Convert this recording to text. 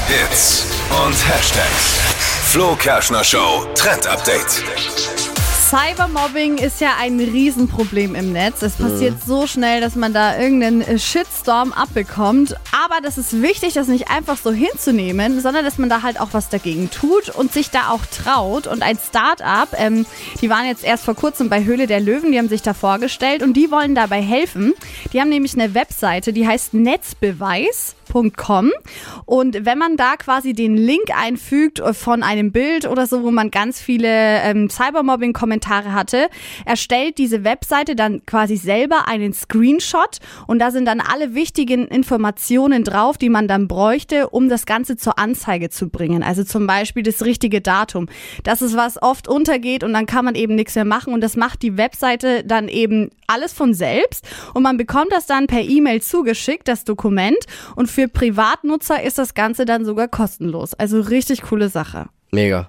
Hits und Hashtags. Flo Kerschner Show Trend Update. Cybermobbing ist ja ein Riesenproblem im Netz. Es passiert so schnell, dass man da irgendeinen Shitstorm abbekommt. Aber das ist wichtig, das nicht einfach so hinzunehmen, sondern dass man da halt auch was dagegen tut und sich da auch traut. Und ein Start-up, die waren jetzt erst vor kurzem bei Höhle der Löwen, die haben sich da vorgestellt und die wollen dabei helfen. Die haben nämlich eine Webseite, die heißt Netzbeweis.com. Und wenn man da quasi den Link einfügt von einem Bild oder so, wo man ganz viele Cybermobbing-Kommentare hatte, erstellt diese Webseite dann quasi selber einen Screenshot und da sind dann alle wichtigen Informationen drauf, die man dann bräuchte, um das Ganze zur Anzeige zu bringen. Also zum Beispiel das richtige Datum. Das ist, was oft untergeht und dann kann man eben nichts mehr machen und das macht die Webseite dann eben alles von selbst und man bekommt das dann per E-Mail zugeschickt, das Dokument, und für Privatnutzer ist das Ganze dann sogar kostenlos. Also richtig coole Sache. Mega.